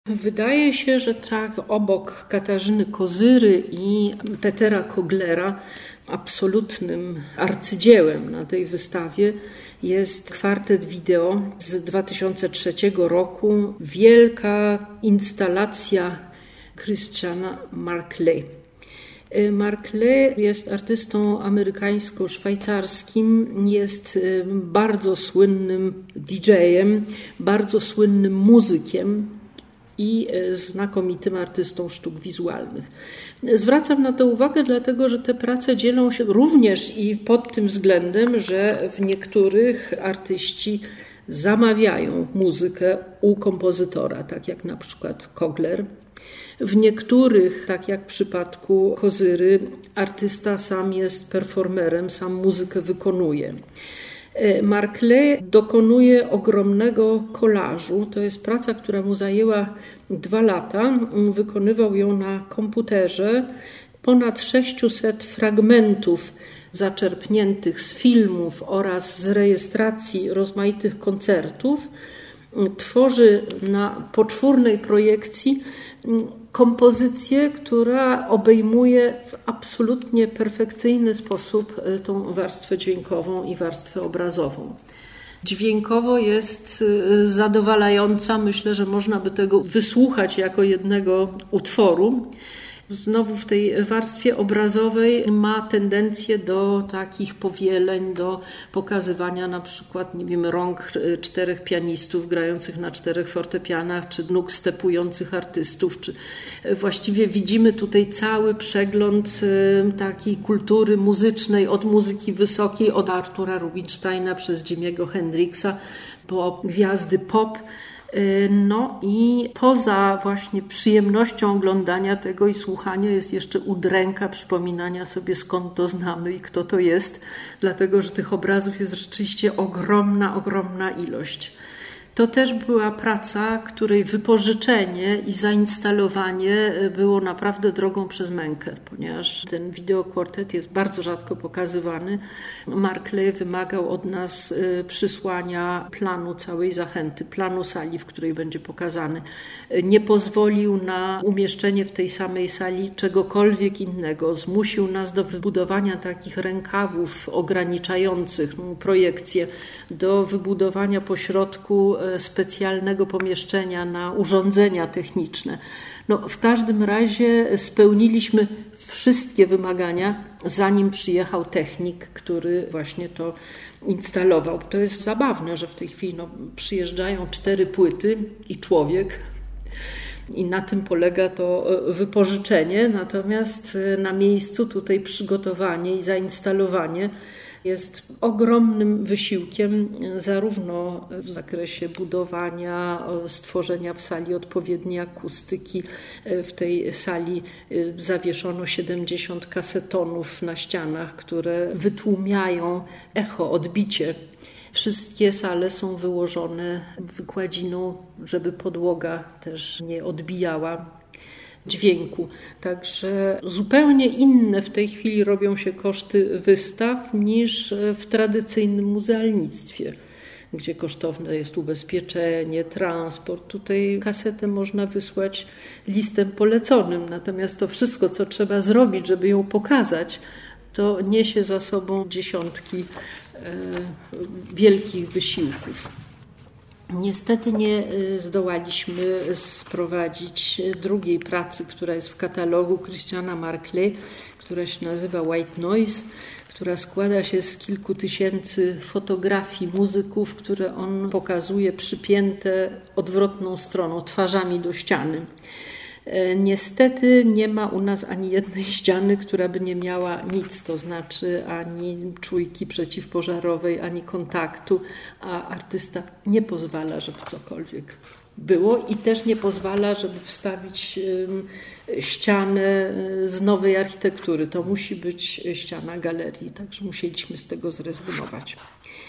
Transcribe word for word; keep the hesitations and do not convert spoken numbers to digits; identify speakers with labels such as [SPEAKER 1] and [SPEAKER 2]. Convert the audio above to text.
[SPEAKER 1] Wydaje się, że tak obok Katarzyny Kozyry i Petera Koglera absolutnym arcydziełem na tej wystawie jest kwartet wideo z dwa tysiące trzeciego roku, wielka instalacja Christiana Marclay. Marclay jest artystą amerykańsko-szwajcarskim, jest bardzo słynnym didżejem, bardzo słynnym muzykiem i znakomitym artystą sztuk wizualnych. Zwracam na to uwagę, dlatego że te prace dzielą się również i pod tym względem, że w niektórych artyści zamawiają muzykę u kompozytora, tak jak na przykład Kogler. W niektórych, tak jak w przypadku Kozyry, artysta sam jest performerem, sam muzykę wykonuje. Marclay dokonuje ogromnego kolażu. To jest praca, która mu zajęła dwa lata. Wykonywał ją na komputerze. Ponad sześćset fragmentów zaczerpniętych z filmów oraz z rejestracji rozmaitych koncertów tworzy na poczwórnej projekcji kompozycję, która obejmuje w absolutnie perfekcyjny sposób tą warstwę dźwiękową i warstwę obrazową. Dźwiękowo jest zadowalająca. Myślę, że można by tego wysłuchać jako jednego utworu. Znowu w tej warstwie obrazowej ma tendencję do takich powieleń, do pokazywania na przykład, nie wiem, rąk czterech pianistów grających na czterech fortepianach, czy nóg stepujących artystów. Czy właściwie widzimy tutaj cały przegląd takiej kultury muzycznej, od muzyki wysokiej, od Artura Rubinsteina przez Jimiego Hendrixa po gwiazdy pop. No i poza właśnie przyjemnością oglądania tego i słuchania jest jeszcze udręka przypominania sobie, skąd to znamy i kto to jest, dlatego że tych obrazów jest rzeczywiście ogromna, ogromna ilość. To też była praca, której wypożyczenie i zainstalowanie było naprawdę drogą przez mękę, ponieważ ten wideokwartet jest bardzo rzadko pokazywany. Marclay wymagał od nas przysłania planu całej zachęty, planu sali, w której będzie pokazany. Nie pozwolił na umieszczenie w tej samej sali czegokolwiek innego. Zmusił nas do wybudowania takich rękawów ograniczających projekcję, do wybudowania pośrodku specjalnego pomieszczenia na urządzenia techniczne. No, w każdym razie spełniliśmy wszystkie wymagania, zanim przyjechał technik, który właśnie to instalował. To jest zabawne, że w tej chwili no, przyjeżdżają cztery płyty i człowiek. I na tym polega to wypożyczenie. Natomiast na miejscu tutaj przygotowanie i zainstalowanie jest ogromnym wysiłkiem, zarówno w zakresie budowania, stworzenia w sali odpowiedniej akustyki. W tej sali zawieszono siedemdziesiąt kasetonów na ścianach, które wytłumiają echo, odbicie. Wszystkie sale są wyłożone wykładziną, żeby podłoga też nie odbijała dźwięku. Także zupełnie inne w tej chwili robią się koszty wystaw niż w tradycyjnym muzealnictwie, gdzie kosztowne jest ubezpieczenie, transport. Tutaj kasetę można wysłać listem poleconym, natomiast to wszystko, co trzeba zrobić, żeby ją pokazać, to niesie za sobą dziesiątki e, wielkich wysiłków. Niestety nie zdołaliśmy sprowadzić drugiej pracy, która jest w katalogu Christiana Marclay, która się nazywa White Noise, która składa się z kilku tysięcy fotografii muzyków, które on pokazuje przypięte odwrotną stroną, twarzami do ściany. Niestety nie ma u nas ani jednej ściany, która by nie miała nic, to znaczy ani czujki przeciwpożarowej, ani kontaktu, a artysta nie pozwala, żeby cokolwiek było i też nie pozwala, żeby wstawić ścianę z nowej architektury. To musi być ściana galerii, także musieliśmy z tego zrezygnować.